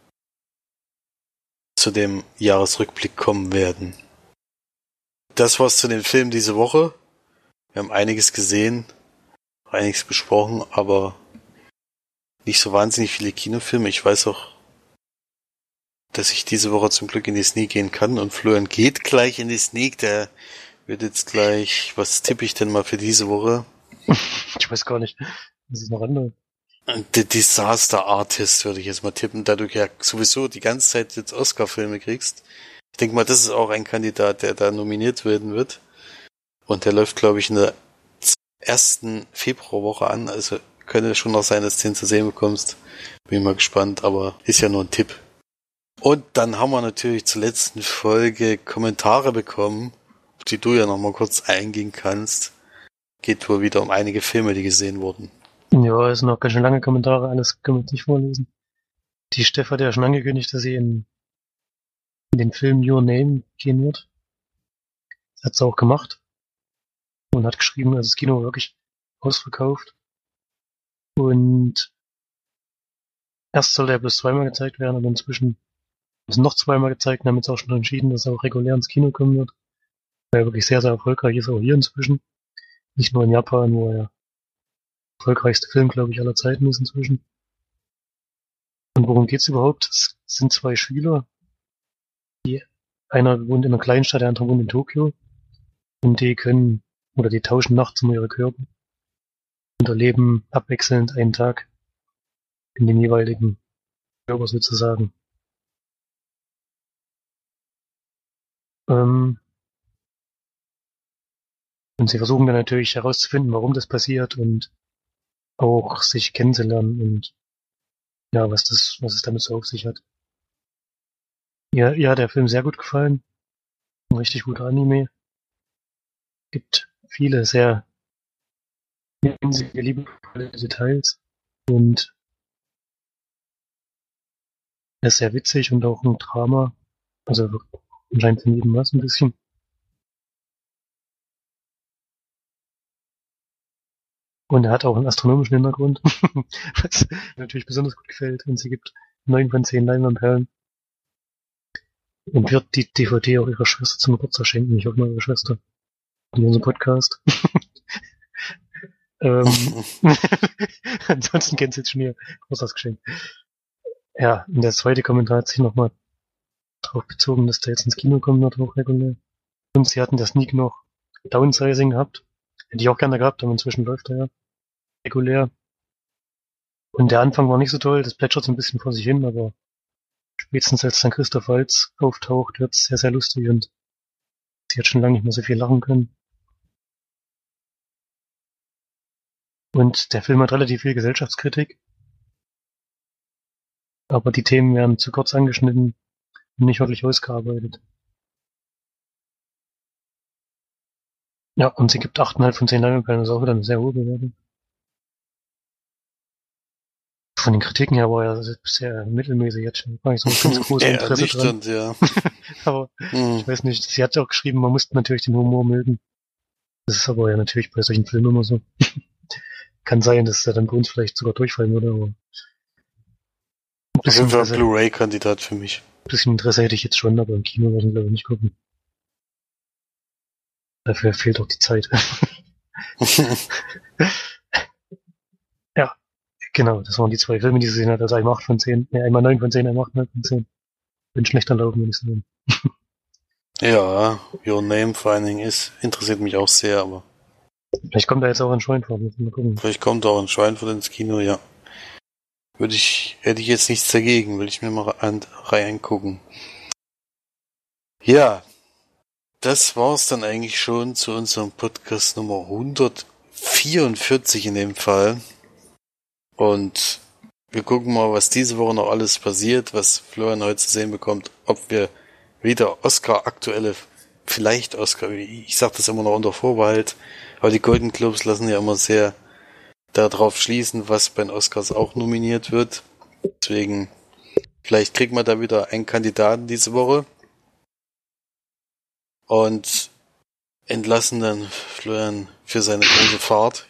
S1: zu dem Jahresrückblick kommen werden. Das war's zu den Filmen diese Woche. Wir haben einiges gesehen, einiges besprochen, aber nicht so wahnsinnig viele Kinofilme. Ich weiß auch, dass ich diese Woche zum Glück in die Sneak gehen kann und Florian geht gleich in die Sneak. Der wird jetzt gleich, was tippe ich denn mal für diese Woche?
S2: Ich weiß gar nicht. Das ist noch andere.
S1: The Disaster Artist würde ich jetzt mal tippen, da du ja sowieso die ganze Zeit jetzt Oscar-Filme kriegst. Ich denke mal, das ist auch ein Kandidat, der da nominiert werden wird. Und der läuft, glaube ich, in der ersten Februarwoche an. Also könnte schon noch sein, dass du den zu sehen bekommst. Bin mal gespannt, aber ist ja nur ein Tipp. Und dann haben wir natürlich zur letzten Folge Kommentare bekommen, auf die du ja noch mal kurz eingehen kannst. Geht wohl wieder um einige Filme, die gesehen wurden.
S2: Ja, es sind noch ganz schön lange Kommentare, alles können wir jetzt nicht vorlesen. Die Steff hat ja schon angekündigt, dass sie in den Film Your Name gehen wird. Das hat sie auch gemacht. Und hat geschrieben, also das Kino war wirklich ausverkauft. Und erst soll er bloß zweimal gezeigt werden, aber inzwischen ist noch zweimal gezeigt und haben jetzt auch schon entschieden, dass er auch regulär ins Kino kommen wird. Weil er wirklich sehr, sehr erfolgreich ist, auch hier inzwischen. Nicht nur in Japan, wo er erfolgreichste Film, glaube ich, aller Zeiten ist inzwischen. Und worum geht's überhaupt? Es sind zwei Schüler. Einer wohnt in einer Kleinstadt, der andere wohnt in Tokio. Und die tauschen nachts immer ihre Körper. Und erleben abwechselnd einen Tag in dem jeweiligen Körper sozusagen. Und sie versuchen dann natürlich herauszufinden, warum das passiert und auch sich kennenzulernen und ja, was es damit so auf sich hat. Ja, der Film sehr gut gefallen. Ein richtig guter Anime. Gibt viele sehr liebevolle Details und Er ist sehr witzig und auch ein Drama. Also anscheinend von jedem was ein bisschen. Und er hat auch einen astronomischen Hintergrund, was mir natürlich besonders gut gefällt. Und sie gibt 9 von 10 Leinwandperlen und wird die DVD auch ihrer Schwester zum Geburtstag schenken. Ich hoffe mal ihre Schwester. In unserem Podcast. Ansonsten kennt sie jetzt schon ihr Geburtstagsgeschenk. Ja, und der zweite Kommentar hat sich nochmal darauf bezogen, dass der jetzt ins Kino kommen wird, auch regulär. Und sie hatten das Sneak noch Downsizing gehabt. Hätte ich auch gerne gehabt, aber inzwischen läuft er ja regulär. Und der Anfang war nicht so toll, das plätschert so ein bisschen vor sich hin, aber spätestens als dann Christoph Waltz auftaucht, wird's sehr, sehr lustig und sie hat schon lange nicht mehr so viel lachen können. Und der Film hat relativ viel Gesellschaftskritik, aber die Themen werden zu kurz angeschnitten und nicht wirklich ausgearbeitet. Ja, und sie gibt 8,5 von 10 Leinwandperlen, das ist auch wieder eine sehr hohe Bewertung. Von den Kritiken her war er sehr mittelmäßig jetzt schon. War nicht so ein ganz großes Interesse dran.
S1: Ja.
S2: Aber ich weiß nicht, sie hat auch geschrieben, man muss natürlich den Humor mögen. Das ist aber ja natürlich bei solchen Filmen immer so. Kann sein, dass er dann bei uns vielleicht sogar durchfallen würde, aber
S1: auf jeden Fall Blu-ray-Kandidat für mich.
S2: Ein bisschen Interesse hätte ich jetzt schon, aber im Kino würde ich glaube ich nicht gucken. Dafür fehlt auch die Zeit. Ja, genau, das waren die zwei Filme, die sie gesehen hat. Also einmal 8 von 10, einmal 9 von 10, einmal 8,5 von 10. Bin schlechter laufen, würde ich sagen.
S1: Ja, Your Name vor allen Dingen interessiert mich auch sehr, aber.
S2: Vielleicht kommt da jetzt auch ein Schweinfurt, müssen wir mal gucken.
S1: Vielleicht kommt auch ein Schweinfurt ins Kino, ja. Hätte ich jetzt nichts dagegen, will ich mir mal reingucken. Ja, das war's dann eigentlich schon zu unserem Podcast Nummer 144 in dem Fall. Und wir gucken mal, was diese Woche noch alles passiert, was Florian heute zu sehen bekommt, ob wir wieder ich sag das immer noch unter Vorbehalt, aber die Golden Globes lassen ja immer sehr darauf schließen, was bei den Oscars auch nominiert wird. Deswegen, vielleicht kriegen wir da wieder einen Kandidaten diese Woche und entlassen dann Florian für seine große Fahrt.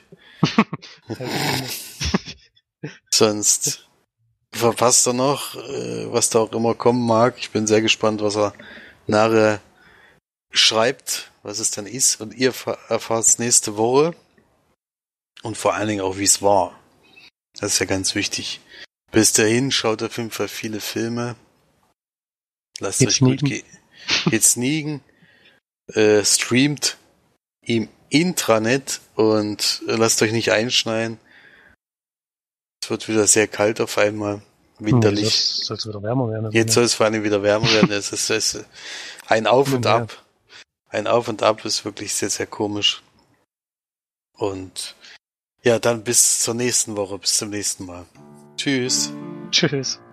S1: Sonst verpasst er noch, was da auch immer kommen mag. Ich bin sehr gespannt, was er nachher schreibt, was es dann ist. Und ihr erfahrt es nächste Woche. Und vor allen Dingen auch, wie es war. Das ist ja ganz wichtig. Bis dahin schaut auf jeden Fall viele Filme. Lasst euch gut gehen. Geht sneaken. Streamt im Intranet und lasst euch nicht einschneien. Es wird wieder sehr kalt auf einmal. Winterlich.
S2: Jetzt soll es wieder wärmer werden.
S1: Jetzt soll es vor allem wieder wärmer werden. Es ist ein Auf und Ab. Ein Auf und Ab ist wirklich sehr, sehr komisch. Und ja, dann bis zur nächsten Woche. Bis zum nächsten Mal. Tschüss.
S2: Tschüss.